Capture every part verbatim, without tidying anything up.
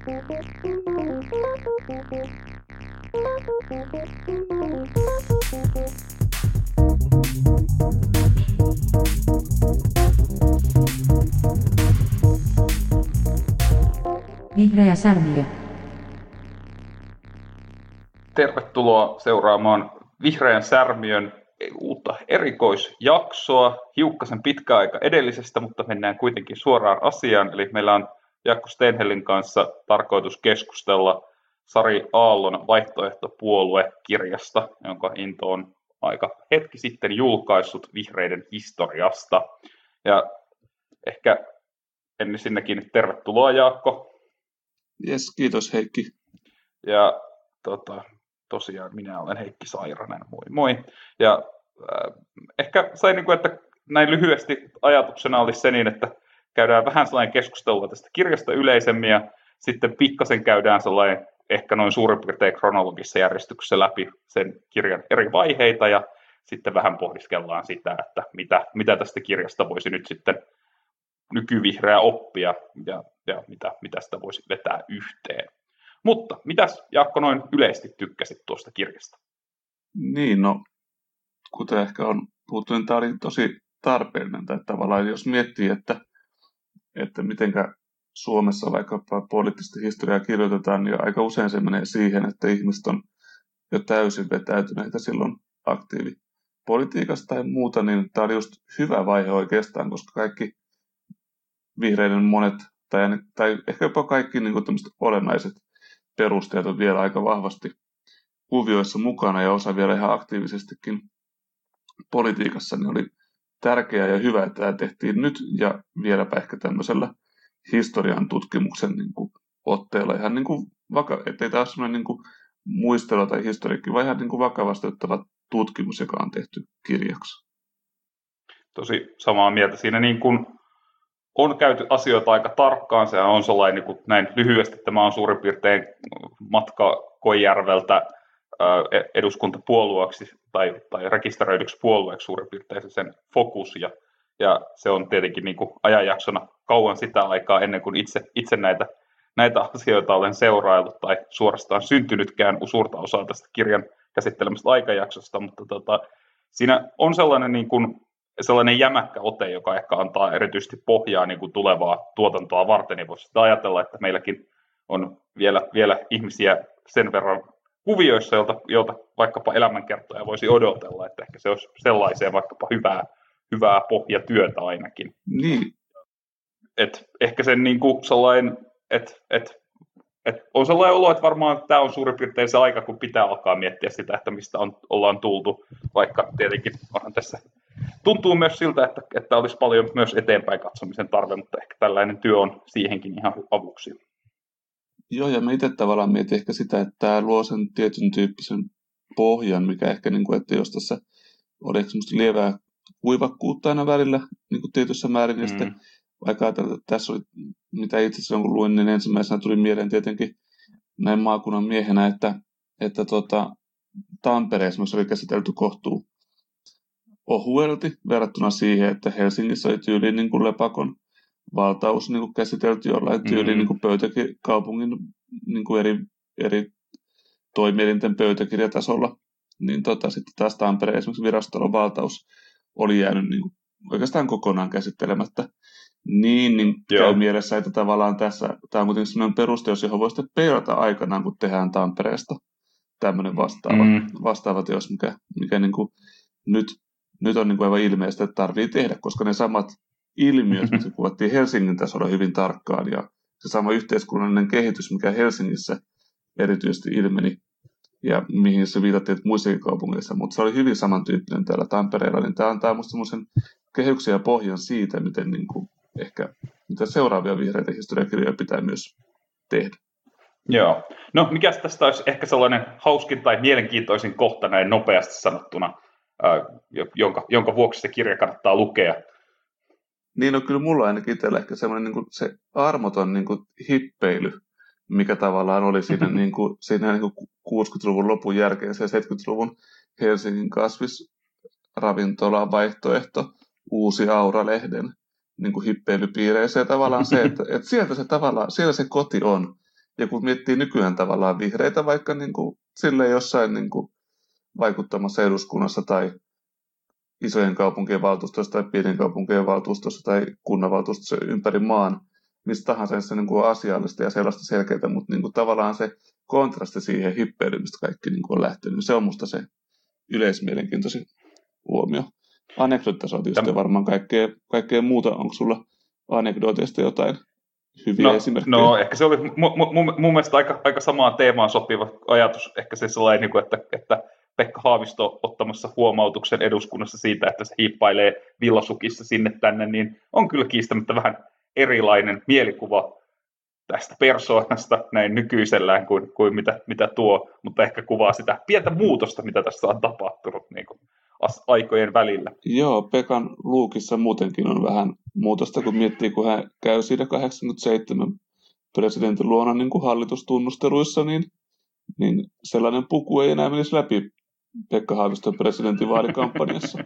Vihreä särmiö. Tervetuloa seuraamaan Vihreän särmiön uutta erikoisjaksoa. Hiukkasen pitkä aika edellisestä, mutta mennään kuitenkin suoraan asiaan. Eli meillä on Jaakko Stenhellin kanssa tarkoitus keskustella Sari Aallon vaihtoehtopuolue-kirjasta, jonka Into on aika hetki sitten julkaissut vihreiden historiasta. Ja ehkä ensinnäkin tervetuloa Jaakko. Jes, kiitos Heikki. Ja tota, tosiaan minä olen Heikki Sairanen, moi moi. Ja äh, ehkä sai niin kuin, että näin lyhyesti ajatuksena olisi se niin, että käydään vähän sellainen keskustelua tästä kirjasta yleisemmin ja sitten pikkasen käydään sellainen ehkä noin suurin piirtein kronologisessa järjestyksessä läpi sen kirjan eri vaiheita ja sitten vähän pohdiskellaan sitä, että mitä, mitä tästä kirjasta voisi nyt sitten nykyvihreä oppia ja, ja mitä, mitä sitä voisi vetää yhteen. Mutta mitäs Jaakko noin yleisesti tykkäsit tuosta kirjasta? Niin, no kuten ehkä on puhuttu, niin tämä oli tosi tarpeellinen. Tai tavallaan jos miettii, että, että mitenkä Suomessa vaikkapa poliittista historiaa kirjoitetaan, niin aika usein se menee siihen, että ihmiset on jo täysin vetäytyneitä silloin aktiivipolitiikasta tai muuta, niin tämä oli just hyvä vaihe oikeastaan, koska kaikki vihreiden monet, tai, tai ehkä jopa kaikki niin kuin tämmöiset olennaiset perusteet on vielä aika vahvasti kuvioissa mukana ja osa vielä ihan aktiivisestikin politiikassa, niin oli tärkeää ja hyvä, että tämä tehtiin nyt ja vieläpä ehkä tämmöisellä historian tutkimuksen niin kuin otteella ihan niin kuin vaka- ettei taas semmoinen niin kuin muistelu tai historiikki, vaan ihan niin kuin vakavasti ottava tutkimus, joka on tehty kirjaksi. Tosi samaa mieltä. Siinä niin kuin on käyty asioita aika tarkkaan. Se on sellainen, niin kuin näin lyhyesti, tämä on suurin piirtein matka Koijärveltä eduskuntapuolueeksi tai, tai rekisteröidyksi puolueeksi suurin piirtein sen fokus. Ja, ja se on tietenkin niin kuin ajanjaksona kauan sitä aikaa ennen kuin itse, itse näitä, näitä asioita olen seuraillut tai suorastaan syntynytkään suurta osaa tästä kirjan käsittelemästä aikajaksosta. Mutta tota, siinä on sellainen niin kuin sellainen jämäkkä ote, joka ehkä antaa erityisesti pohjaa niin kuin tulevaa tuotantoa varten, niin voisi sitä ajatella, että meilläkin on vielä, vielä ihmisiä sen verran kuvioissa, jolta, jolta vaikkapa elämänkertoja voisi odotella, että ehkä se olisi sellaiseen vaikkapa hyvää, hyvää pohjatyötä ainakin. Niin. Et ehkä sen niin kuin sellainen, että et, et on sellainen olo, että varmaan tämä on suurin piirtein se aika, kun pitää alkaa miettiä sitä, että mistä on, ollaan tultu, vaikka tietenkin onhan tässä tuntuu myös siltä, että, että olisi paljon myös eteenpäin katsomisen tarve, mutta ehkä tällainen työ on siihenkin ihan avuksi. Joo, ja mä itse tavallaan mietin ehkä sitä, että tämä luo sen tietyn tyyppisen pohjan, mikä ehkä, niin kuin, että jos tässä oli semmoista lievää kuivakkuutta aina välillä niin kuin tietyssä määrin, mm. ja sitten vaikka ajatella, että tässä oli, mitä itse silloin kun luin, niin ensimmäisenä tuli mieleen tietenkin näin maakunnan miehenä, että, että tota, Tampereessa oli käsitelty kohtuu ohuelti verrattuna siihen, että Helsingissä oli tyyliin niin kuin lepakon valtaus niin kuin käsitelty jollain tyyliin mm-hmm. niin kuin pöytäki- kaupungin niin kuin eri, eri toimielinten pöytäkirjatasolla. Niin tota, sitten taas Tampereen esimerkiksi virastolon valtaus oli jäänyt niin kuin oikeastaan kokonaan käsittelemättä. Niin, niin käy mielessä, että tavallaan tässä, tämä on kuitenkin sellainen perusteos, johon voi sitten peilata aikanaan, kun tehdään Tampereesta tämmöinen vastaava, mm. vastaava teos, mikä, mikä niin kuin nyt Nyt on niin kuin aivan ilmeistä, että tarvii tehdä, koska ne samat ilmiöt, mitkä kuvattiin Helsingin tasolla hyvin tarkkaan, ja se sama yhteiskunnallinen kehitys, mikä Helsingissä erityisesti ilmeni, ja mihin se viitattiin muissakin kaupungeissa, mutta se oli hyvin samantyyppinen täällä Tampereella, niin tämä antaa minusta semmoisen kehyksen ja pohjan siitä, miten niin kuin ehkä mitä seuraavia vihreitä historiakirjoja pitää myös tehdä. Joo. No mikäs tästä olisi ehkä sellainen hauskin tai mielenkiintoisin kohta näin nopeasti sanottuna, Jonka, jonka vuoksi se kirja kannattaa lukea. Niin on kyllä mulla ainakin itsellä ehkä semmoinen niin kuin se armoton niin kuin hippeily, mikä tavallaan oli siinä, mm-hmm. niin kuin, siinä niin kuin kuusikymmentäluvun lopun jälkeen, se seitsemänkymmentäluvun Helsingin kasvisravintola vaihtoehto Uusi Aura-lehden niin kuin hippeilypiireissä. Ja tavallaan se, että, että sieltä se tavallaan, siellä se koti on. ja kun miettii nykyään tavallaan vihreitä vaikka niin kuin silleen jossain niin kuin vaikuttamassa eduskunnassa tai isojen kaupunkien valtuustossa tai pienen kaupunkien valtuustossa tai kunnanvaltuustossa ympäri maan, mistä tahansa se niin kuin on asiallista ja sellaista selkeää, mutta niin kuin tavallaan se kontrasti siihen hippeilyyn, mistä kaikki niin kuin on lähtenyt, niin se on musta se yleismielenkiintoisin huomio. Anekdootissa on tietysti Täm... varmaan kaikkea, kaikkea muuta. Onko sulla anekdooteista jotain hyviä no, esimerkkejä? No ehkä se oli mu- mu- mun, mun mielestä aika, aika samaan teemaan sopiva ajatus. Ehkä se sellainen, että, että Pekka Haavisto ottamassa huomautuksen eduskunnassa siitä, että se hiippailee villasukissa sinne tänne, niin on kyllä kiistämättä vähän erilainen mielikuva tästä persoonasta näin nykyisellään kuin, kuin mitä, mitä tuo, mutta ehkä kuvaa sitä pientä muutosta, mitä tässä on tapahtunut niin kuin aikojen välillä. Joo, Pekan luukissa muutenkin on vähän muutosta, kun miettii, kun hän käy siinä kahdeksankymmentäseitsemän presidentin luona niin kuin hallitustunnusteluissa, niin, niin sellainen puku ei enää menisi läpi Pekka Haaviston presidentin vaalikampanjassa.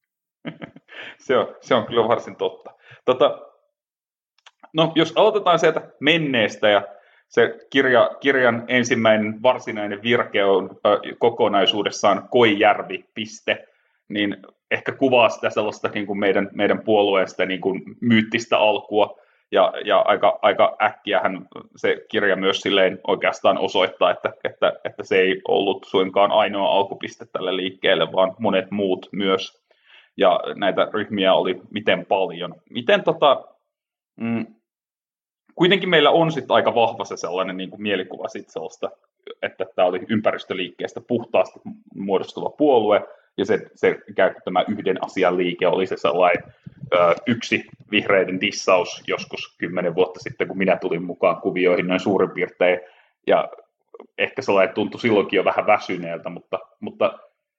se, on, se on kyllä varsin totta. Tota, no, jos aloitetaan sieltä menneestä ja se kirja, kirjan ensimmäinen varsinainen virke on äh, kokonaisuudessaan Koijärvi, piste, niin ehkä kuvaa sitä sellaista niin kuin meidän, meidän puolueesta niin kuin myyttistä alkua, ja, ja aika, aika äkkiähän se kirja myös silleen oikeastaan osoittaa, että, että, että se ei ollut suinkaan ainoa alkupiste tälle liikkeelle, vaan monet muut myös, ja näitä ryhmiä oli miten paljon. Miten tota, mm, kuitenkin meillä on sitten aika vahva se sellainen niin kuin mielikuva sit sellaista, että tämä oli ympäristöliikkeestä puhtaasti muodostuva puolue, ja se, se käyttämä yhden asian liike oli se sellainen ö, yksi vihreiden dissaus joskus kymmenen vuotta sitten, kun minä tulin mukaan kuvioihin noin suurin piirtein, ja ehkä sellainen tuntui silloinkin jo vähän väsyneeltä, mutta, mutta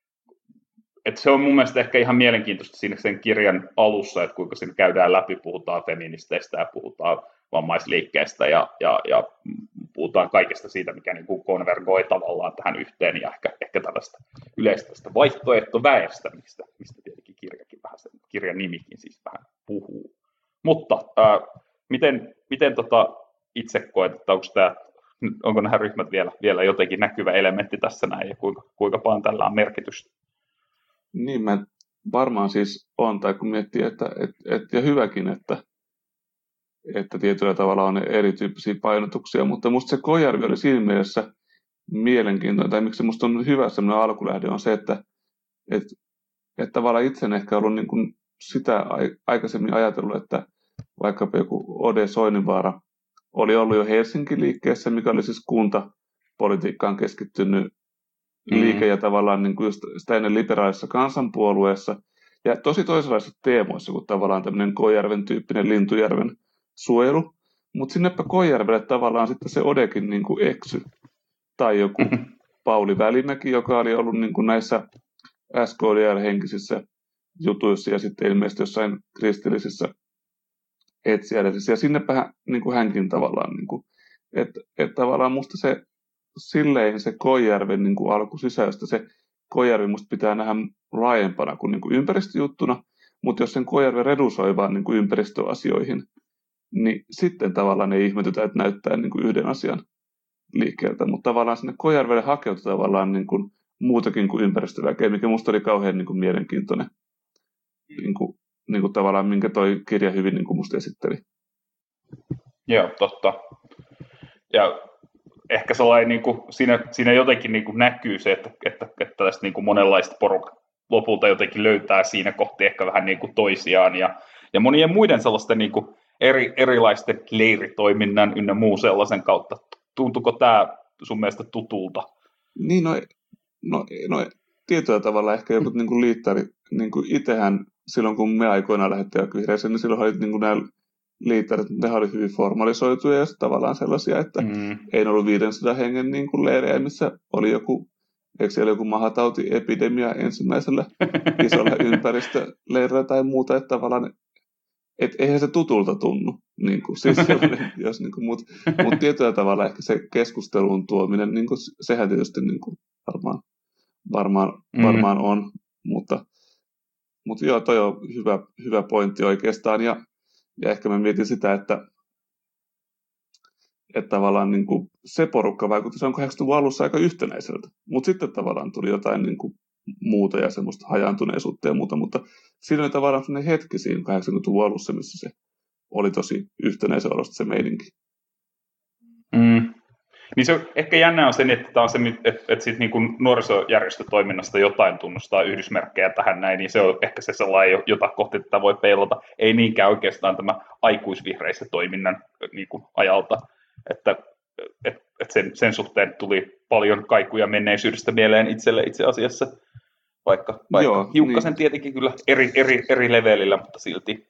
et se on mun mielestä ehkä ihan mielenkiintoista siinä sen kirjan alussa, että kuinka siinä käydään läpi, puhutaan feministeistä ja puhutaan vammaisliikkeestä ja, ja, ja puhutaan kaikesta siitä, mikä niin kuin konvergoi tavallaan tähän yhteen ja ehkä, ehkä tällaista yleistä tästä vaihtoehtoväestä, mistä, mistä tietenkin kirjakin vähän, sen kirjan nimikin siis vähän puhuu. Mutta ää, miten, miten tota itse koet, että onko, tämä, onko nämä ryhmät vielä, vielä jotenkin näkyvä elementti tässä näin ja kuinka, kuinka paljon tällä on merkitystä? Niin mä varmaan siis on, tai kun miettii, että, et, et, ja hyväkin, että, että tietyllä tavalla on erityyppisiä painotuksia, mutta musta se Koijärvi oli siinä mielessä mielenkiintoinen, tai miksi musta on hyvä semmoinen alkulähde, on se, että et, et tavallaan itse en ehkä ollut niin kuin sitä aikaisemmin ajatellut, että vaikkapa joku Ode Soininvaara oli ollut jo Helsinki-liikkeessä, mikä oli siis kuntapolitiikkaan keskittynyt liike mm. ja tavallaan niin kuin just sitä ennen liberaalisessa kansanpuolueessa ja tosi toisenlaisissa teemoissa kuin tavallaan tämmöinen Koijärven tyyppinen Lintujärven suojelu, mutta sinnepä Koijärvelle tavallaan sitten se Odekin niin kuin eksy. Tai joku mm-hmm. Pauli Välimäki, joka oli ollut niin kuin näissä S K D L-henkisissä jutuissa ja sitten ilmeisesti jossain kristillisissä etsijäisissä. Ja sinnepä niin kuin hänkin tavallaan, niin kuin, että, että tavallaan musta se silleen se Koijärven niin kuin alkusisäystä, se Koijärvi musta pitää nähdä laajempana kuin, niin kuin ympäristöjuttuna, mutta jos sen Koijärven redusoi vaan niin kuin ympäristöasioihin, niin sitten tavallaan ei ihmetytä, että näyttää niin kuin yhden asian liikkeeltä, mutta tavallaan sinne Koijärvelle hakeutui tavallaan niin kuin muutakin kuin ympäristöväkeä, mikä musta oli kauhean niin kuin mielenkiintoinen, niin kuin, niin kuin tavallaan minkä toi kirja hyvin niin kuin musta esitteli. Joo, totta. Ja ehkä sellainen, niin kuin, siinä, siinä jotenkin niin kuin näkyy se, että, että, että tästä niin kuin monenlaista porukkaa lopulta jotenkin löytää siinä kohti ehkä vähän niin kuin toisiaan ja, ja monien muiden sellaisten niin kuin eri, erilaisten leiritoiminnan ynnä muu sellaisen kautta. Tuntuuko tämä sun mielestä tutulta? Niin, no, no, no tietyllä tavalla ehkä joku niin kuin liittari, niin kuin itsehän silloin kun me aikoinaan lähdettiin vihreäseen, niin silloin oli niin kuin nämä liittarit, ne oli hyvin formalisoituja ja tavallaan sellaisia, että mm. ei ollut viidensadan hengen niin kuin leirejä, missä oli joku, eikö siellä joku mahatautiepidemia ensimmäisellä isolla ympäristöleirillä tai muuta, että tavallaan, et eihän se tutulta tunnu, niin kuin, siis jos, niin kuin, mutta mut tietyllä tavalla ehkä se keskusteluun tuominen, niin kuin, sehän tietysti niin kuin, varmaan, varmaan, mm. varmaan on, mutta, mutta joo, toi on hyvä, hyvä pointti oikeastaan, ja Ja ehkä mä mietin sitä, että, että tavallaan niin kuin se porukka vaikutti se on kahdeksankymmentäluvun alussa aika yhtenäiseltä. Mutta sitten tavallaan tuli jotain niin kuin muuta ja semmoista hajaantuneisuutta ja muuta, mutta siinä oli tavallaan sellainen hetki siinä kahdeksankymmentäluvun alussa, missä se oli tosi yhtenäisen olosta se meininki. Mm. Niin se ehkä jännä on se, että tämä on se, että, että sit niin kuin nuorisojärjestötoiminnasta jotain tunnustaa yhdysmerkkejä tähän näin, niin se on ehkä se sellainen, jota kohti tätä voi peilata. Ei niinkään oikeastaan tämä aikuisvihreissä toiminnan niin kuin ajalta, että et, et sen, sen suhteen tuli paljon kaikuja menneisyydestä mieleen itselle itse asiassa, vaikka, vaikka Joo, hiukkasen niin. Tietenkin kyllä eri, eri, eri levelillä, mutta silti.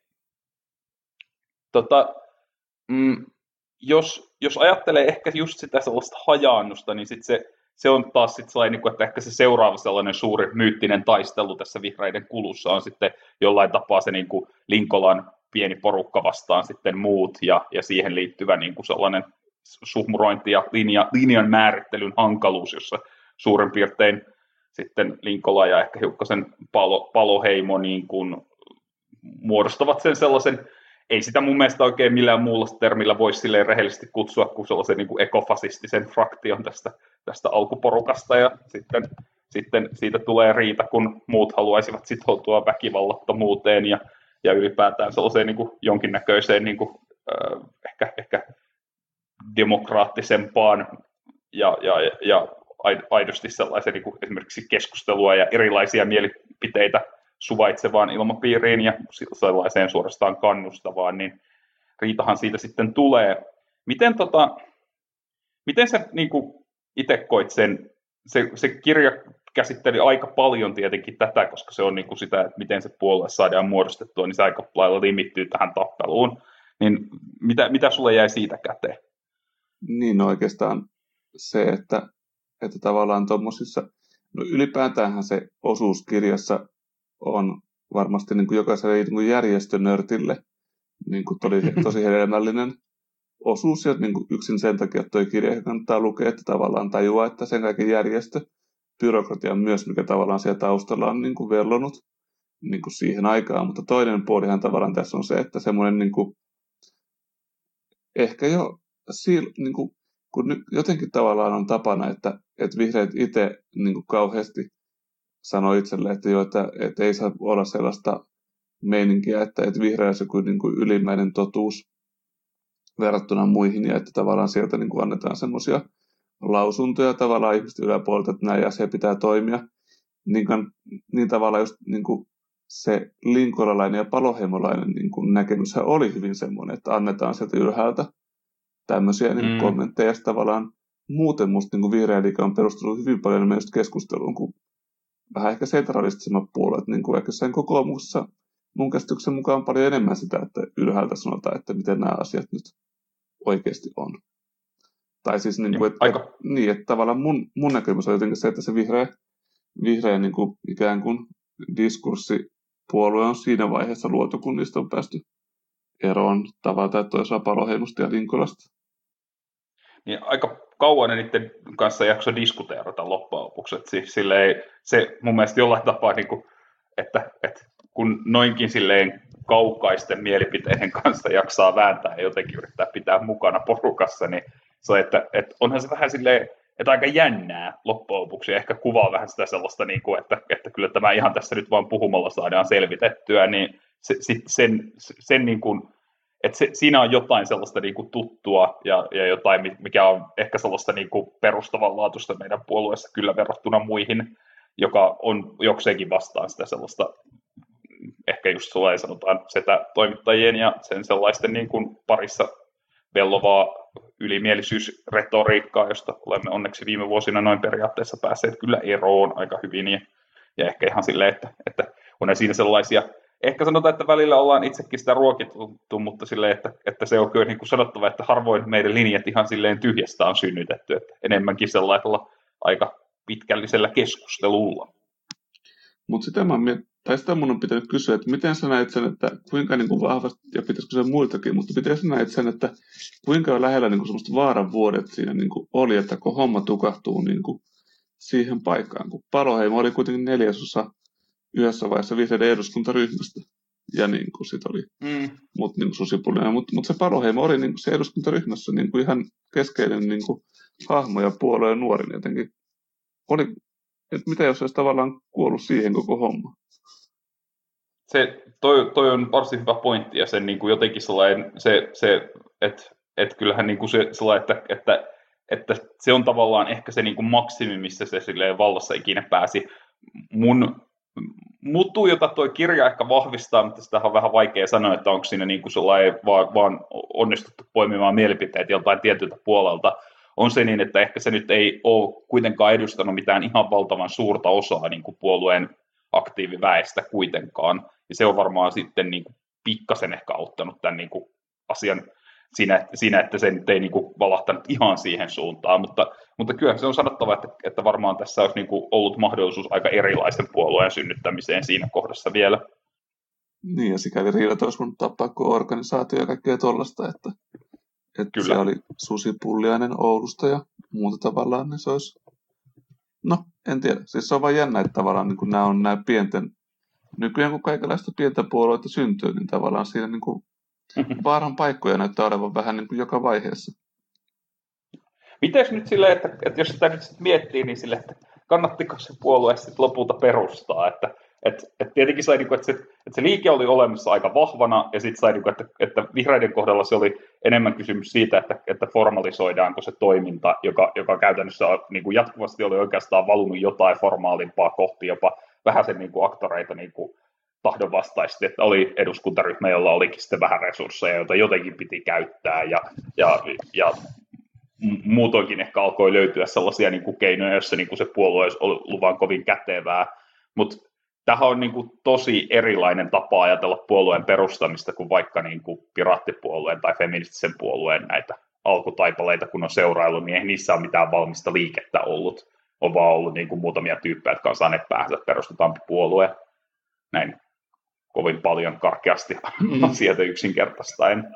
Tota, mm, Jos, jos ajattelee ehkä just sitä sellaista hajaannusta, niin sit se, se on taas sit sellainen, että ehkä se seuraava sellainen suuri myyttinen taistelu tässä vihreiden kulussa on sitten jollain tapaa se niin kuin Linkolan pieni porukka vastaan sitten muut ja, ja siihen liittyvä niin kuin sellainen suhmurointi ja linja, linjan määrittelyn hankaluus, jossa suurin piirtein sitten Linkola ja ehkä hiukkasen palo, paloheimo niin kuin muodostavat sen sellaisen. Ei sitä mun mielestä oikein millään muulla termillä voisi silleen rehellisesti kutsua kuin sellaisen niin kuin ekofasistisen fraktion tästä, tästä alkuporukasta, ja sitten, sitten siitä tulee riita, kun muut haluaisivat sitoutua väkivallattomuuteen ja, ja ylipäätään sellaiseen niin kuin jonkinnäköiseen niin kuin, äh, ehkä, ehkä demokraattisempaan ja, ja, ja aidosti sellaisen niin kuin esimerkiksi keskustelua ja erilaisia mielipiteitä suvaitsevaan ilmapiiriin ja sellaiseen suorastaan kannustavaan, niin riitahan siitä sitten tulee. Miten, tota, miten sä niin kuin itse koit sen, se, se kirja käsitteli aika paljon tietenkin tätä, koska se on niin kuin sitä, että miten se puolue saadaan muodostettua, niin se aika lailla limittyy tähän tappeluun. Niin mitä, mitä sulle jäi siitä käteen? Niin oikeastaan se, että, että tavallaan tuommoisissa, no ylipäätäänhän se osuus kirjassa on varmasti niin kuin jokaiselle niin kuin järjestönörtille niin kuin tosi, tosi hedelmällinen osuus. Ja niin kuin yksin sen takia, että tuo kirja kannattaa lukea, että tavallaan tajuaa, että sen kaiken järjestö, byrokratia myös, mikä tavallaan siellä taustalla on niin kuin vellonut niin kuin siihen aikaan. Mutta toinen puolihan tavallaan tässä on se, että semmoinen niin kuin, ehkä jo sil, niin kuin, kun nyt jotenkin tavallaan on tapana, että, että vihreät itse niin kuin kauheasti sanoi itselle, että, jo, että, että ei saa olla sellaista meininkiä, että, että vihreässä on niin kuin ylimmäinen totuus verrattuna muihin, ja että tavallaan sieltä niin kuin annetaan semmoisia lausuntoja tavallaan ihmisten yläpuolelta, että näin asia pitää toimia. Niin, niin tavallaan just niin kuin se linkolalainen ja paloheimolainen niin kuin näkemyshän oli hyvin semmoinen, että annetaan sieltä ylhäältä tämmöisiä niin kuin mm. kommentteja, ja tavallaan muuten musta niin kuin vihreä liike on perustunut hyvin paljon enemmän just keskusteluun kuin vähän ehkä sentralistisemmat puolet, niin kuin ehkä sen kokoomuksessa mun käsityksen mukaan paljon enemmän sitä, että ylhäältä sanotaan, että miten nämä asiat nyt oikeasti on. Tai siis niin kuin, että, Aika. Niin, että tavallaan mun, mun näkemys on jotenkin se, että se vihreä, vihreä niin kuin ikään kuin diskurssipuolue on siinä vaiheessa luotu, kun niistä on päästy eroon tavalla tai toisella Paloheimosta ja Linkolasta. Niin aika kauan ne niiden kanssa jakso diskuteerata loppujen lopuksi. Siis silleen, se mun mielestä jollain tapaa, niin kuin, että, että kun noinkin silleen kaukaisten mielipiteiden kanssa jaksaa vääntää ja jotenkin yrittää pitää mukana porukassa, niin se on, että, että onhan se vähän silleen, että aika jännää loppujen lopuksi, ja ehkä kuvaa vähän sitä sellaista, niin kuin, että, että kyllä tämä ihan tässä nyt vaan puhumalla saadaan selvitettyä, niin se, sit sen, sen niin kuin, että se, siinä on jotain sellaista niin kuin tuttua ja, ja jotain, mikä on ehkä sellaista niin kuin perustavanlaatuista meidän puolueessa kyllä verrattuna muihin, joka on jokseenkin vastaan sitä sellaista, ehkä just sellainen sanotaan setä toimittajien ja sen sellaisten niin kuin parissa vellovaa ylimielisyysretoriikkaa, josta olemme onneksi viime vuosina noin periaatteessa päässeet kyllä eroon aika hyvin, ja, ja ehkä ihan silleen, että, että on siinä sellaisia, ehkä sanotaan, että välillä ollaan itsekin sitä ruokittu, mutta silleen, että, että se on kyllä niin kuin sanottava, että harvoin meidän linjat ihan silleen tyhjästä on synnytetty, että enemmänkin sellaisella aika pitkällisellä keskustelulla. Mutta sitä mä miet- tai sitä mun on pitänyt kysyä, että miten sä näet sen, että kuinka niin kuin vahvasti, ja pitäisikö se muiltakin, mutta miten sä näet sen, että kuinka lähellä niin kuin semmoista vaaran vuodet siinä niin kuin oli, että kun homma tukahtuu niin kuin siihen paikkaan, kun Paloheimo oli kuitenkin neljäsosa yhdessä vaiheessa vihreiden eduskuntaryhmästä. ja niin kuin sit oli Mm. mut niin kuin Susipullinen. Mutta mut se Paloheimo oli niin kuin se eduskuntaryhmässä niin kuin ihan keskeinen niin kuin hahmo ja puolueen nuorin jotenkin. Oli, että mitä jos olisi tavallaan kuollut siihen koko homma? Se, toi, toi on varsin hyvä pointti ja sen niin kuin jotenkin sellainen, se, se että et kyllähän niin kuin se sellainen, että, että, että se on tavallaan ehkä se niin kuin maksimi, missä se silleen vallassa ikinä pääsi. Mun mutu, jota tuo kirja ehkä vahvistaa, mutta sitä on vähän vaikea sanoa, että onko siinä niin kuin sellainen vaan, vaan onnistuttu poimimaan mielipiteet joltain tietyltä puolelta, on se niin, että ehkä se nyt ei ole kuitenkaan edustanut mitään ihan valtavan suurta osaa niin kuin puolueen aktiiviväestä kuitenkaan. Ja se on varmaan sitten niin kuin pikkasen ehkä auttanut tämän niin kuin asian siinä, siinä, että se nyt ei niin kuin valahtanut ihan siihen suuntaan. Mutta, mutta kyllä se on sanottava, että, että varmaan tässä olisi niin kuin ollut mahdollisuus aika erilaisen puolueen synnyttämiseen siinä kohdassa vielä. Niin, ja sikäli riidat olisi voinut tappaa kuin organisaatio ja kaikkea tollaista, että, että se oli Susi Pulliainen Oulusta ja muuta tavallaan, niin se olisi... No, en tiedä. Siis se on vaan jännä, että tavallaan niin kun nämä on nämä pienten... Nykyään kun kaikenlaista pientä puolueita syntyy, niin tavallaan siinä niin kuin vaaran paikkoja näyttää olevan vähän niin kuin joka vaiheessa. Mites nyt silleen, että, että jos sitä nyt sit miettii, niin silleen, että kannattiko se puolue sitten lopulta perustaa, että et, et tietenkin sai, että se, että se liike oli olemassa aika vahvana, ja sitten sai, että, että vihreiden kohdalla se oli enemmän kysymys siitä, että, että formalisoidaanko se toiminta, joka, joka käytännössä niin kuin jatkuvasti oli oikeastaan valunut jotain formaalimpaa kohti, jopa vähän sen niin kuin aktoreita niin kuin tahdonvastaisesti, että oli eduskuntaryhmä, jolla olikin sitten vähän resursseja, joita jotenkin piti käyttää, ja, ja, ja muutoinkin ehkä alkoi löytyä sellaisia niin kuin keinoja, joissa niin kuin se puolue olisi ollut vaan kovin kätevää, mutta tämähän on niin kuin tosi erilainen tapa ajatella puolueen perustamista kuin vaikka niin kuin piraattipuolueen tai feministisen puolueen näitä alkutaipaleita, kun on seuraillut, niin ei niissä ole mitään valmista liikettä ollut. On vaan ollut niin kuin muutamia tyyppejä, jotka on saaneet päänsä, että perustetaan puolue. Näin kovin paljon karkeasti mm. asioita yksinkertaistaen.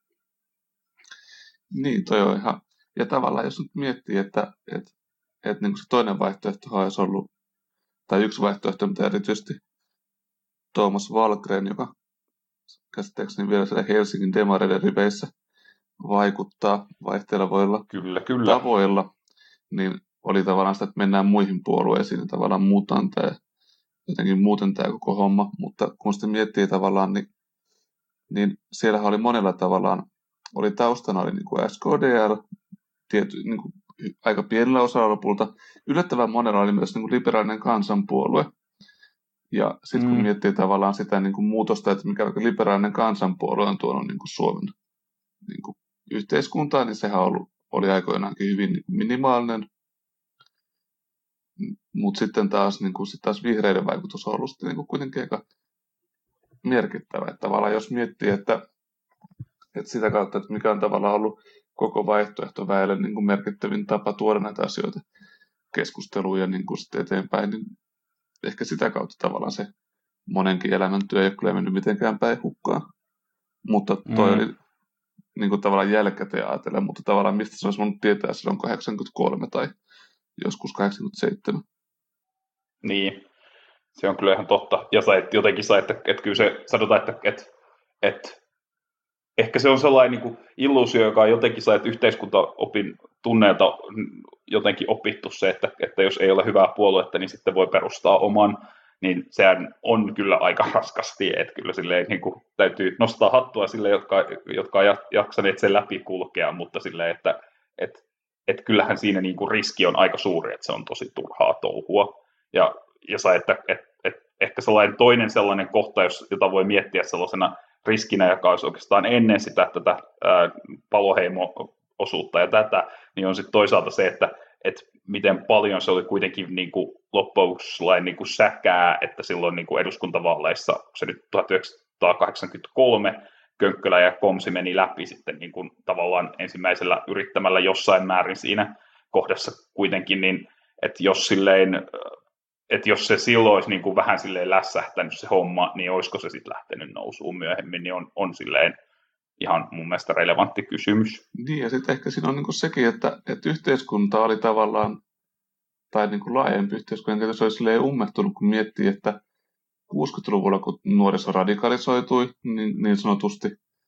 Niin, toi on ihan... Ja tavallaan jos nyt miettii, että, että, että niin kuin se toinen vaihtoehto olisi ollut, tai yksi vaihtoehto, mitä erityisesti Thomas Wahlgren, joka käsittääkseni vielä siellä Helsingin demareiden riveissä vaikuttaa vaihtelevilla kyllä, kyllä. tavoilla, niin oli tavallaan sitä, että mennään muihin puolueisiin ja tavallaan muutaan tämä, jotenkin muuten tämä koko homma, mutta kun sitä miettii tavallaan, niin, niin siellähän oli monella tavallaan, oli taustana oli niin kuin S K D L, tiety, niin kuin aika pienellä osalla lopulta. Yllättävän monella oli myös niin kuin liberaalinen kansanpuolue. Ja sitten kun mm. miettii tavallaan sitä niin kuin muutosta, että mikä liberaalinen kansanpuolue on tuonut niin kuin Suomen niin kuin yhteiskuntaan, niin sehän oli, oli aikoinaankin hyvin minimaalinen. Mutta sitten taas, niin kuin, sit taas vihreiden vaikutus on ollut niin kuin kuitenkin aika merkittävä. Että tavallaan jos miettii, että, että sitä kautta, että mikä on tavallaan ollut koko vaihtoehtoväelle niin kuin merkittävin tapa tuoda näitä asioita keskusteluun ja niin kuin sitten eteenpäin, niin ehkä sitä kautta tavallaan se monenkin elämäntyö ei ole kyllä mennyt mitenkään päin hukkaan. Mutta toi mm. oli niin kuin tavallaan jälkikäteen ajatellen, mutta tavallaan mistä se olisi voinut tietää silloin kahdeksankymmentäkolme tai joskus kahdeksankymmentäseitsemän. Niin, se on kyllä ihan totta. Ja sä et jotenkin saa, että, että kyllä se sanotaan, että, että, että ehkä se on sellainen niin kuin illuusio, joka on jotenkin saa, että yhteiskuntaopin tunneilta jotenkin opittu se, että, että jos ei ole hyvää puoluetta, niin sitten voi perustaa oman, niin sehän on kyllä aika raskas tie, että kyllä silleen, niin kuin, täytyy nostaa hattua sille, jotka, jotka on jaksaneet sen läpi kulkea, mutta silleen, että että, että kyllähän siinä niin kuin riski on aika suuri, että se on tosi turhaa touhua. Ja, ja saa, että, että, että ehkä sellainen toinen sellainen kohta, jota voi miettiä sellaisena riskinä, joka olisi oikeastaan ennen sitä tätä ää, Paloheimo-osuutta ja tätä, niin on sitten toisaalta se, että et miten paljon se oli kuitenkin niin kuin loppujen lopuksi niin kuin säkää, että silloin niin kuin eduskuntavaaleissa, se nyt tuhatyhdeksänsataakahdeksankymmentäkolme, Könkkölä ja Komsi meni läpi sitten niin kuin tavallaan ensimmäisellä yrittämällä jossain määrin siinä kohdassa kuitenkin, niin että jos silleen, että jos se silloin olisi niin kuin vähän silleen lässähtänyt se homma, niin olisiko se sitten lähtenyt nousuun myöhemmin, niin on, on silleen ihan mun mielestä relevantti kysymys. Niin, ja sitten ehkä siinä on niin kuin sekin, että, että yhteiskunta oli tavallaan, tai niin kuin laajempi yhteiskunta, että se olisi silleen ummehtunut, kun miettii, että kuusikymmentäluvulla, kun nuoriso radikalisoitui niin, niin sanotusti,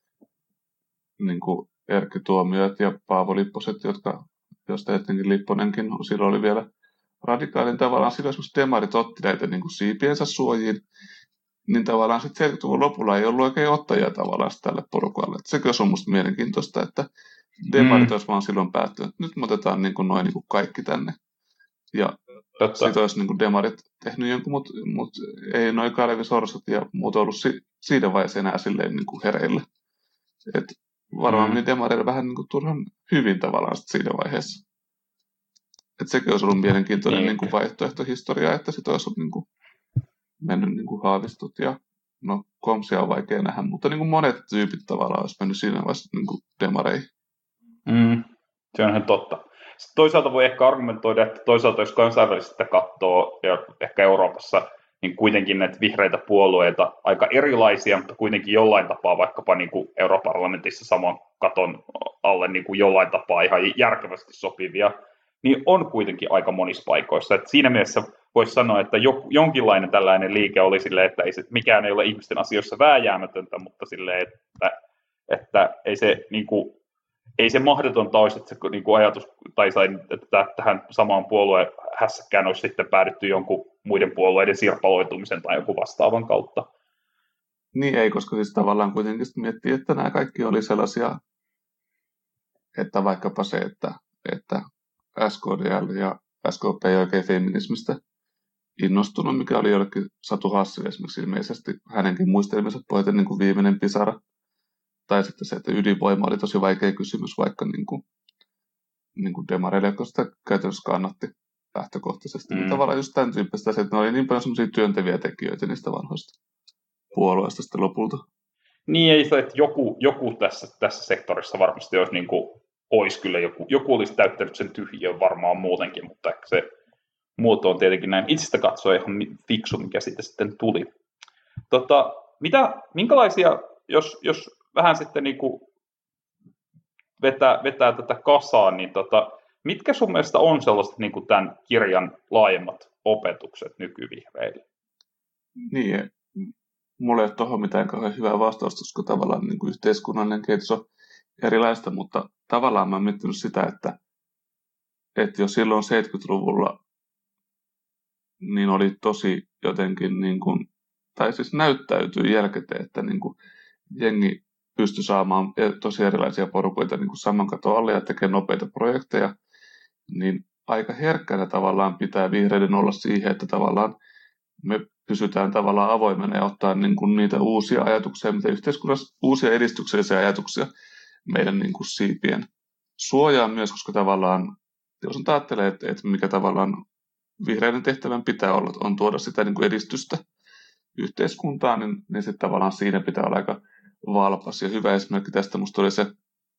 niin kuin Erkki Tuomiot ja Paavo Lipposet, jotka, josta etenkin Lipponenkin silloin oli vielä radikaalin tavallaan, silloin esimerkiksi demarit otti näitä niin kuin siipiensä suojiin, niin tavallaan sitten seitsemänkymmentäluvun lopulla ei ollut oikein ottajia tavallaan tälle porukalle. Et sekin on musta mielenkiintoista, että demarit mm. olisi vaan silloin päättynyt, että nyt me otetaan niin kuin noin niin kuin kaikki tänne. Ja sitten olisi niin kuin demarit tehnyt jonkun, mutta mut ei noin Kalevi Sorsat ja muut ollut si- siinä vaiheessa enää silleen niin kuin hereillä. Et varmaan mm. niin demareilla vähän niin kuin turhan hyvin tavallaan siinä vaiheessa. Et sekin olisi ollut mielenkiintoinen niin. Niin kuin vaihtoehtohistoria, että sitten olisi niin kuin mennyt niin kuin Haavistot ja no Komsia on vaikea nähdä, mutta niin kuin monet tyypit tavallaan olisi mennyt siinä vaiheessa niin kuin demareihin. Mm. Se on ihan totta. Sitten toisaalta voi ehkä argumentoida, että toisaalta jos kansainvälisesti katsoo ja ehkä Euroopassa, niin kuitenkin näitä vihreitä puolueita aika erilaisia, mutta kuitenkin jollain tapaa vaikkapa niin kuin Europarlamentissa saman katon alle niin kuin jollain tapaa ihan järkevästi sopivia, niin on kuitenkin aika monissa paikoissa. Et siinä mielessä voisi sanoa, että jo, jonkinlainen tällainen liike oli silleen, että ei se, mikään ei ole ihmisten asioissa vääjäämätöntä, mutta silleen, että, että ei se niin kuin, ei se mahdotonta olisi, että se niin kuin ajatus, tai että tähän samaan puolueen hässäkkään olisi sitten päädytty jonkun muiden puolueiden sirpaloitumisen tai jonkun vastaavan kautta. Niin ei, koska siis tavallaan kuitenkin miettii, että nämä kaikki oli sellaisia, että vaikkapa se, että, että S K D L ja S K P ei oikein feminismistä innostunut, mikä oli jollekin Satu Hassille esimerkiksi ilmeisesti hänenkin muistelmiset pohjaten niin kuin viimeinen pisara. Tai sitten se, että ydinvoima oli tosi vaikea kysymys, vaikka niin kuin, niin kuin demareille, jotka sitä käytännössä kannatti lähtökohtaisesti. Mm. Niin tavallaan just tämän tyyppistä, että ne oli niin paljon semmoisia työnteviä tekijöitä niistä vanhoista puolueista sitten lopulta. Niin, ei se, että joku, joku tässä, tässä sektorissa varmasti olisi, niin kuin, olisi kyllä joku, joku olisi täyttänyt sen tyhjön varmaan muutenkin, mutta ehkä se muoto on tietenkin näin itsestä katsoa ihan fiksu, mikä siitä sitten tuli. Tota, mitä, minkälaisia, jos, jos vähän sitten niin kuin vetää, vetää tätä kasaan, niin tota, mitkä sun mielestä on sellaiset niin kuin tämän kirjan laajemmat opetukset nykyvihreille? Niin, mulla ei ole tuohon mitään kauhean hyvää vastausta, koska tavallaan niin kuin yhteiskunnallinen kehitys on erilaista, mutta tavallaan mä oon miettinyt sitä, että, että jo silloin seitsemänkymmentäluvulla niin oli tosi jotenkin, niin kuin, tai siis näyttäytyy jälkikäteen, että niin kuin jengi pystyi saamaan tosi erilaisia porukoita niin kuin saman katon alle ja tekemään nopeita projekteja, niin aika herkkänä tavallaan pitää vihreiden olla siihen, että tavallaan me pysytään tavallaan avoimena ja ottaa niin kuin niitä uusia ajatuksia, mitä yhteiskunnassa, uusia edistyksellisiä ajatuksia meidän niin kuin siipien suojaan myös, koska tavallaan, jos on ajattelee, että, että mikä tavallaan vihreiden tehtävän pitää olla, on tuoda sitä niin kuin edistystä yhteiskuntaan, niin, niin sitten tavallaan siinä pitää olla aika valpas. Ja hyvä esimerkki tästä musta oli se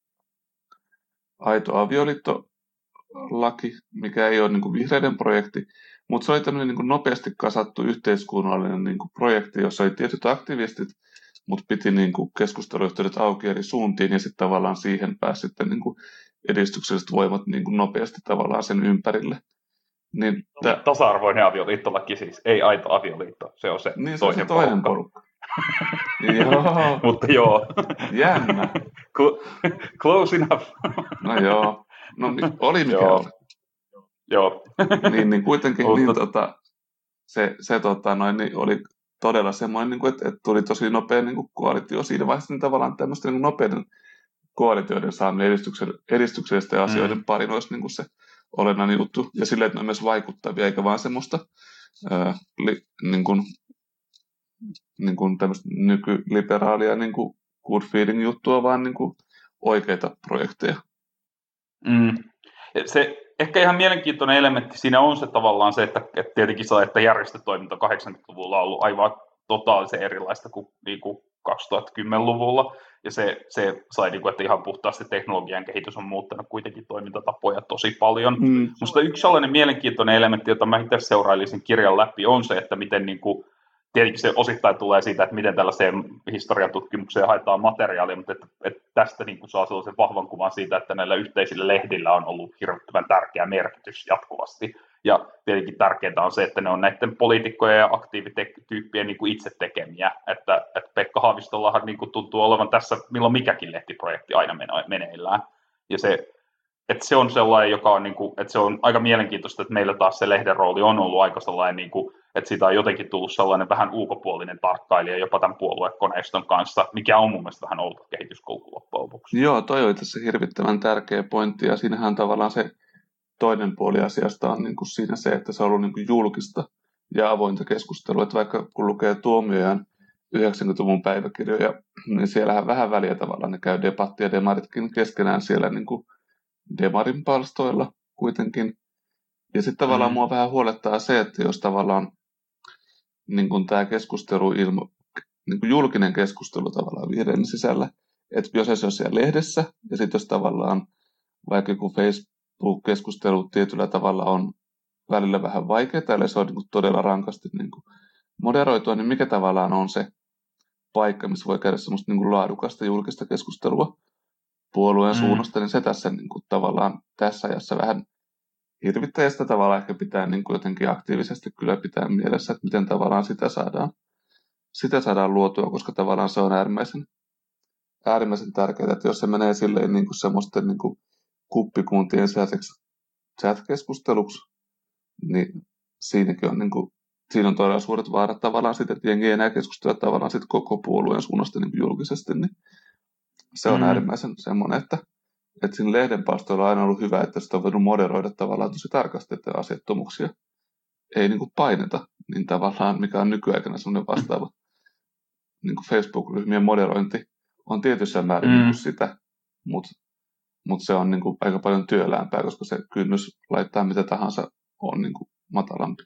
aito avioliittolaki, mikä ei ole niin kuin vihreiden projekti, mutta se oli tämmöinen niin kuin nopeasti kasattu yhteiskunnallinen niin kuin projekti, jossa oli tietyt aktivistit, mutta piti niin kuin keskusteluyhteydet auki eri suuntiin ja sitten tavallaan siihen pääsi sitten niin kuin edistykselliset voimat niin kuin nopeasti tavallaan sen ympärille. Niin, tä... Tasa-arvoinen avioliittolaki siis, ei aito avioliitto, se on se niin, toinen, se on se toinen porukka. Joo. Mutta joo. Jännä. Close enough. No joo. No oli mikä joo. oli. Joo. niin, niin kuitenkin niin, tota, se, se tota, noin, niin oli todella semmoinen, niin kuin, että, että tuli tosi nopea niin kuin koalitio. Siinä vaiheessa niin tavallaan tämmöisten niin nopeiden koalitioiden saaminen edistyksellisten asioiden mm. parin olisi niin kuin se olennainen juttu. Ja silleen, että ne on myös vaikuttavia, eikä vaan semmoista ää, li, niin kuin, niin kuin tämmöistä nykyliberaalia niin kuin good feeling juttua, vaan niin kuin oikeita projekteja. Mm. Se ehkä ihan mielenkiintoinen elementti siinä on se tavallaan se, että, että tietenkin se, että järjestötoiminta kahdeksankymmentäluvulla on ollut aivan totaalisen erilaista kuin, niin kuin kaksituhattakymmenluvulla, ja se, se sai, niin kuin, että ihan puhtaasti teknologian kehitys on muuttanut kuitenkin toimintatapoja tosi paljon. Mm. Musta yksi sellainen mielenkiintoinen elementti, jota mä itse seurailisin kirjan läpi, on se, että miten niin kuin, tietenkin se osittain tulee siitä, että miten tällaiseen historian tutkimukseen haetaan materiaalia, mutta että, että tästä niin kuin saa sellaisen vahvan kuvan siitä, että näillä yhteisillä lehdillä on ollut hirvittävän tärkeä merkitys jatkuvasti Ja tietenkin tärkeää on se, että ne on näiden poliitikkojen ja aktiivityyppien niin kuin itse tekemiä. Että, että Pekka Haavistollahan niin kuin tuntuu olevan tässä milloin mikäkin lehtiprojekti aina meneillään. Ja se, että se on sellainen, joka on, niin kuin, että se on aika mielenkiintoista, että meillä taas se lehden rooli on ollut aika sellainen, niin kuin, että siitä on jotenkin tullut sellainen vähän ulkopuolinen tarkkailija jopa tämän puoluekoneiston kanssa, mikä on mun mielestä vähän ollut kehityskulku loppujen lopuksi. Joo, toi oli tässä hirvittävän tärkeä pointti, ja siinähän tavallaan se toinen puoli asiasta on niin kuin siinä se, että se on ollut niin kuin julkista ja avointa keskustelua, että vaikka kun lukee Tuomiojan yhdeksänkymmentäluvun päiväkirjoja, niin siellähän vähän väliä tavallaan ne käy debattia demaritkin keskenään siellä niin kuin demarin palstoilla kuitenkin. Ja sitten tavallaan mm. mua vähän huolettaa se, että jos tavallaan niin kuin tämä keskustelu, ilmo, niin kuin julkinen keskustelu tavallaan vihreän sisällä, että jos se on siellä lehdessä, ja sitten jos tavallaan vaikka joku Facebook-keskustelu tietyllä tavalla on välillä vähän vaikeaa, eli se on niin kuin todella rankasti niin kuin moderoitua, niin mikä tavallaan on se paikka, missä voi käydä semmoista niin kuin laadukasta julkista keskustelua puolueen mm. suunnasta, niin se tässä niin kuin tavallaan tässä ajassa vähän hirvittää, ja sitä tavallaan ehkä pitää niin kuin jotenkin aktiivisesti kyllä pitää mielessä, että miten tavallaan sitä saadaan, sitä saadaan luotua, koska tavallaan se on äärimmäisen, äärimmäisen tärkeää, että jos se menee silleen niin kuin semmoisten niin kuin kuppikuntien sisäiseksi chat-keskusteluksi, niin siinäkin on, niin kuin, siinä on todella suuret vaarat tavallaan sitten, että jengi ei enää keskustella tavallaan sitten koko puolueen suunnasta niin kuin julkisesti, niin se on mm. äärimmäisen semmoinen, että että siinä lehden palstoilla on aina ollut hyvä, että sitä on voinut moderoida tavallaan tosi tarkasti, että asiattomuksia ei niin kuin paineta, niin tavallaan mikä on nykyaikana semmoinen vastaava niin kuin Facebook-ryhmien moderointi on tietyssä määrin mm. niin kuin sitä, mutta mut se on niin kuin aika paljon työlämpää, koska se kynnys laittaa mitä tahansa on niin kuin matalampi.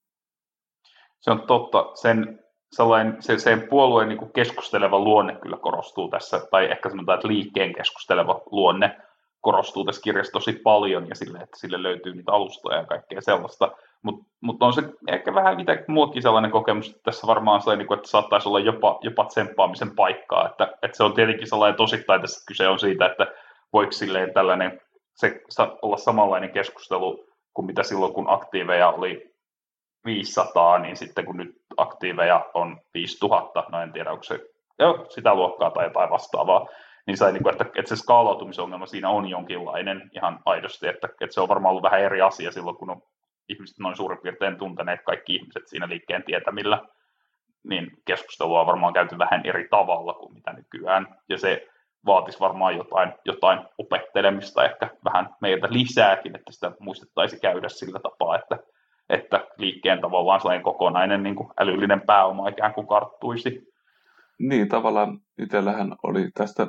Se on totta. Sen, sellainen, se, sen puolueen niin kuin keskusteleva luonne kyllä korostuu tässä, tai ehkä sanotaan, että liikkeen keskusteleva luonne korostuu tässä kirjassa tosi paljon, ja sille, että sille löytyy niitä alustoja ja kaikkea sellaista. Mutta mut on se ehkä vähän mitä muukin sellainen kokemus, että tässä varmaan se, että saattaisi olla jopa, jopa tsemppaamisen paikkaa. Että, että se on tietenkin sellainen tosittain tässä kyse on siitä, että voiko silleen tällainen se olla samanlainen keskustelu kuin mitä silloin, kun aktiiveja oli viisisataa, niin sitten kun nyt aktiiveja on viisituhatta, no en tiedä, onko se jo sitä luokkaa tai jotain vastaavaa, niin sai, että, että se skaalautumisongelma siinä on jonkinlainen ihan aidosti, että, että se on varmaan ollut vähän eri asia silloin, kun on ihmiset noin suurin piirtein tunteneet kaikki ihmiset siinä liikkeen tietämillä, niin keskustelua on varmaan käyty vähän eri tavalla kuin mitä nykyään, ja se vaatisi varmaan jotain, jotain opettelemista ehkä vähän meiltä lisääkin, että sitä muistettaisiin käydä sillä tapaa, että, että liikkeen tavallaan sellainen kokonainen niin kuin älyllinen pääoma ikään kuin karttuisi. Niin, tavallaan itsellähän oli tästä,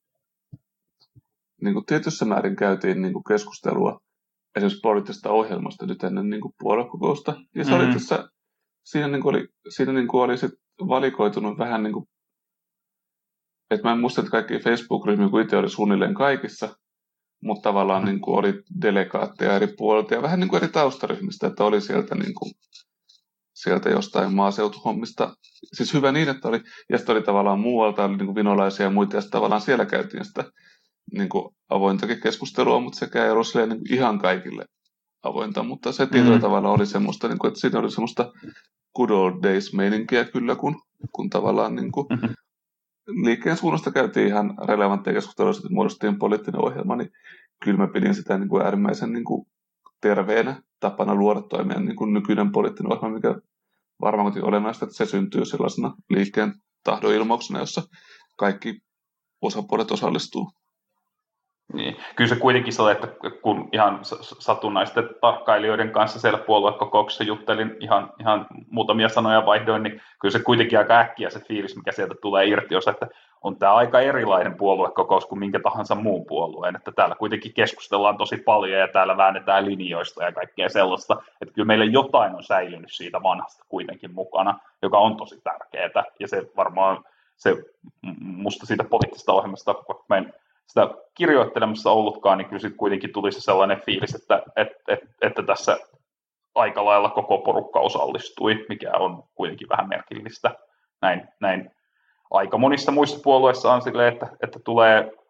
niin kuin tietyssä määrin käytiin niin kuin keskustelua esimerkiksi poliittisesta ohjelmasta nyt ennen niin kuin puoluekokousta, ja se mm-hmm. oli tässä, siinä, niin kuin oli, siinä niin kuin oli sit valikoitunut vähän niin kuin, että mä en muista, että kaikki Facebook-ryhmiä, kun itse oli suunnilleen kaikissa, mutta tavallaan niin kuin oli delegaatteja eri puolilta ja vähän niin kuin eri taustaryhmistä, että oli sieltä, niin kuin, sieltä jostain maaseutuhommista. Siis hyvä niin, että oli, ja sitten oli tavallaan muualta, oli niin kuin vinolaisia ja muita, ja sitten tavallaan siellä käytiin sitä niin kuin avointakin keskustelua, mutta sekä ei ollut silleen, niin kuin ihan kaikille avointa, mutta se tietyllä mm. tavalla oli semmoista, niin kuin, että siinä oli semmoista good old days-meininkiä kyllä, kun, kun tavallaan niin kuin, mm-hmm. liikkeen suunnasta käytiin ihan relevantteja keskustelua, että muodostettiin poliittinen ohjelma, niin kyllä mä pidin sitä niin kuin äärimmäisen niin kuin terveenä tapana luoda toimia niin kuin nykyinen poliittinen ohjelma, mikä varmaan olennaista, että se syntyy sellaisena liikkeen tahdonilmauksena, jossa kaikki osapuolet osallistuu. Niin. Kyllä se kuitenkin se, että kun ihan satunnaisten tarkkailijoiden kanssa siellä puoluekokouksessa juttelin ihan, ihan muutamia sanoja vaihdoin, niin kyllä se kuitenkin aika äkkiä se fiilis, mikä sieltä tulee irti, on se, että on tämä aika erilainen puoluekokous kuin minkä tahansa muun puolueen, että täällä kuitenkin keskustellaan tosi paljon ja täällä väännetään linjoista ja kaikkea sellaista, että kyllä meillä jotain on säilynyt siitä vanhasta kuitenkin mukana, joka on tosi tärkeää, ja se varmaan se musta siitä poliittisesta ohjelmasta, vaikka mä en sitä kirjoittelemassa ollutkaan, niin kyllä sitten kuitenkin tuli se sellainen fiilis, että, että, että, että tässä aika lailla koko porukka osallistui, mikä on kuitenkin vähän merkillistä. Näin, näin aika monissa muissa puolueissa on silleen, että, että tulee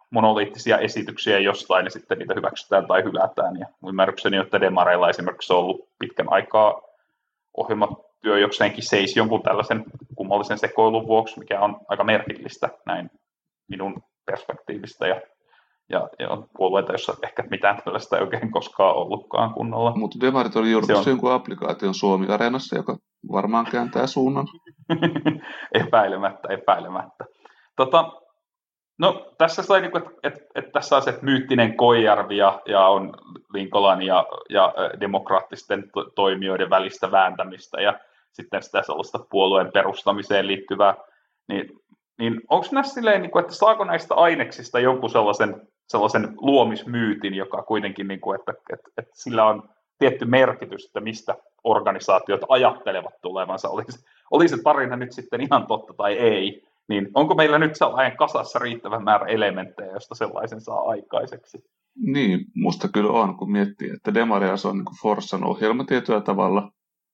monoliittisia esityksiä jostain, ja sitten niitä hyväksytään tai hylätään. Ja ymmärrykseni on, että demareilla esimerkiksi on ollut pitkän aikaa ohjelmatyö jokseenkin seisi jonkun tällaisen kummallisen sekoilun vuoksi, mikä on aika merkillistä näin minun perspektiivistä. Ja, ja, ja on puolueita, joissa ehkä mitään tällaista ei oikein koskaan ollutkaan kunnolla. Mutta demarit oli julkaissut on... jonkun applikaation Suomi-areenassa, joka varmaan kääntää suunnan. epäilemättä, epäilemättä. Tota, no tässä sai, että et, et tässä on se myyttinen Koijärvi ja, ja on Linkolan ja, ja demokraattisten to, toimijoiden välistä vääntämistä ja sitten sitä sellaista puolueen perustamiseen liittyvää, niin, niin onko näissä silleen, että saako näistä aineksista jonkun sellaisen, sellaisen luomismyytin, joka kuitenkin, että, että, että sillä on tietty merkitys, että mistä organisaatiot ajattelevat tulevansa, olisi, olisi tarina nyt sitten ihan totta tai ei, niin onko meillä nyt sellainen kasassa riittävän määrä elementtejä, josta sellaisen saa aikaiseksi? Niin, musta kyllä on, kun miettii, että Demaria se on niin kuin Forssan ohjelma tietyllä tavalla,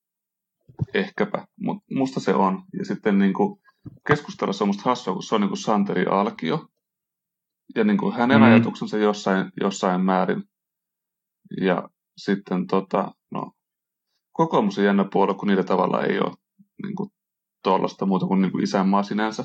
ehkäpä, mutta musta se on. Ja sitten niin kuin keskustelussa on musta hassua, kun se on niin kuin Santeri Alkio, ja niin kuin hänen mm. ajatuksensa jossain, jossain määrin. Ja sitten tota, no, kokoomus on jännä puolue, kun niillä tavalla ei ole niin kuin tuollaista muuta kuin, niin kuin isänmaa sinänsä.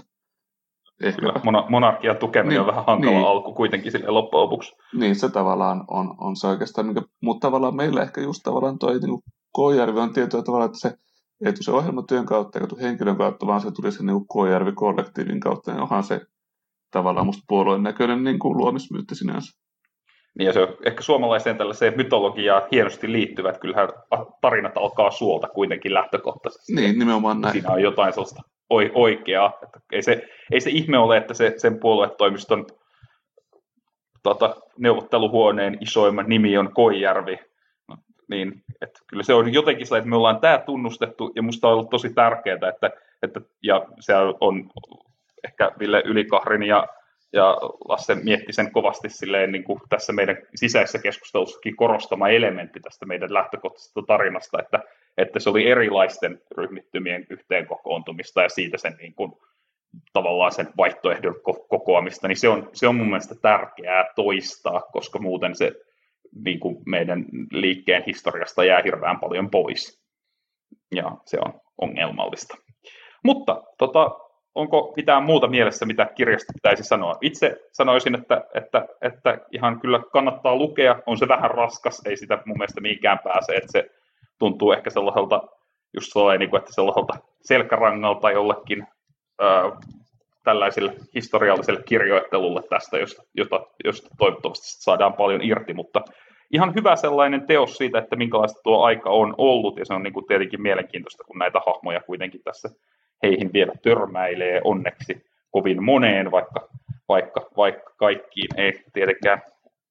Mona- monarkian tukeminen niin, on vähän hankala niin, alku kuitenkin sille loppujen lopuksi. Niin, se tavallaan on, on se oikeastaan, mikä, mutta tavallaan meillä ehkä just tavallaan toi niin kuin Koijärvi on tietyllä tavalla, että se ei tule se ohjelmatyön kautta eikä tule henkilön kautta, vaan se tuli se niin kuin Koijärvi-kollektiivin kautta, niin onhan se tavallaan musta puolueen näköinen niin kuin luomismyytti sinänsä. Niin, ja se on ehkä suomalaiseen tällaiseen mytologiaan hienosti liittyvät, kyllähän tarinat alkaa suolta kuitenkin lähtökohtaisesti. Niin, nimenomaan näin. Siinä on jotain sellaista oikeaa. Että ei, se, ei se ihme ole, että se, sen puoluetoimiston tota, neuvotteluhuoneen isoimman nimi on Koijärvi. No, niin, että kyllä se on jotenkin sellainen, että me ollaan tämä tunnustettu, ja musta on ollut tosi tärkeää, että, että ja se on ehkä Ville Ylikahrin ja Ja Lasse mietti sen kovasti silleen, niin kuin tässä meidän sisäisessä keskustelussakin korostama elementti tästä meidän lähtökohtaisesta tarinasta, että, että se oli erilaisten ryhmittymien yhteenkokoontumista ja siitä sen niin kuin, tavallaan sen vaihtoehdon kokoamista, niin se on, se on mun mielestä tärkeää toistaa, koska muuten se niin kuin meidän liikkeen historiasta jää hirveän paljon pois. Ja se on ongelmallista. Mutta tota, onko mitään muuta mielessä, mitä kirjasta pitäisi sanoa? Itse sanoisin, että, että, että ihan kyllä kannattaa lukea. On se vähän raskas, ei sitä mun mielestä mihinkään pääse. Että se tuntuu ehkä sellaiselta, just sellainen, että sellaiselta selkärangalta jollekin ää, tällaiselle historialliselle kirjoittelulle tästä, josta, jota, josta toivottavasti saadaan paljon irti. Mutta ihan hyvä sellainen teos siitä, että minkälaista tuo aika on ollut. Ja se on niin kuin tietenkin mielenkiintoista, kun näitä hahmoja kuitenkin tässä heihin vielä törmäilee onneksi kovin moneen, vaikka, vaikka, vaikka kaikkiin ei tietenkään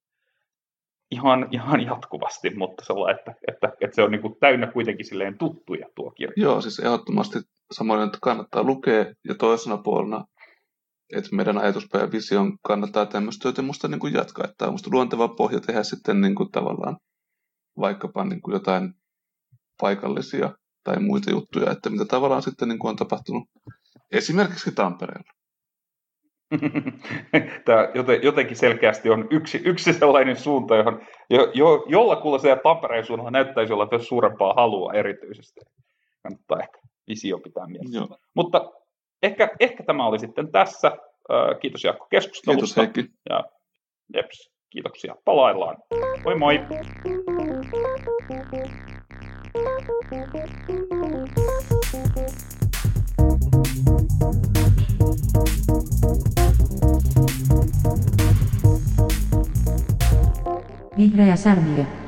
ihan, ihan jatkuvasti, mutta sellainen, että, että, että se on niin kuin täynnä kuitenkin silleen tuttuja tuo kirja. Joo, siis ehdottomasti samoin, että kannattaa lukea, ja toisena puolena, että meidän ajatuspäivän vision kannattaa tämmöistä työtä musta niin kuin jatkaa, että on musta luonteva pohja tehdä sitten niin kuin tavallaan vaikkapa niin kuin jotain paikallisia tai muita juttuja, että mitä tavallaan sitten niin kuin on tapahtunut esimerkiksi Tampereella. Tämä jotenkin selkeästi on yksi, yksi sellainen suunta, johon, jo, jo, jolla kuulla se Tampereen suunnalla näyttäisi olla myös suurempaa halua erityisesti. Kannattaa ehkä visio pitää mielessä. Joo. Mutta ehkä, ehkä tämä oli sitten tässä. Kiitos Jaakko keskustelusta. Kiitos Heikki. Ja jeps, kiitoksia. Palaillaan. Moi moi! Vihreä särmiö.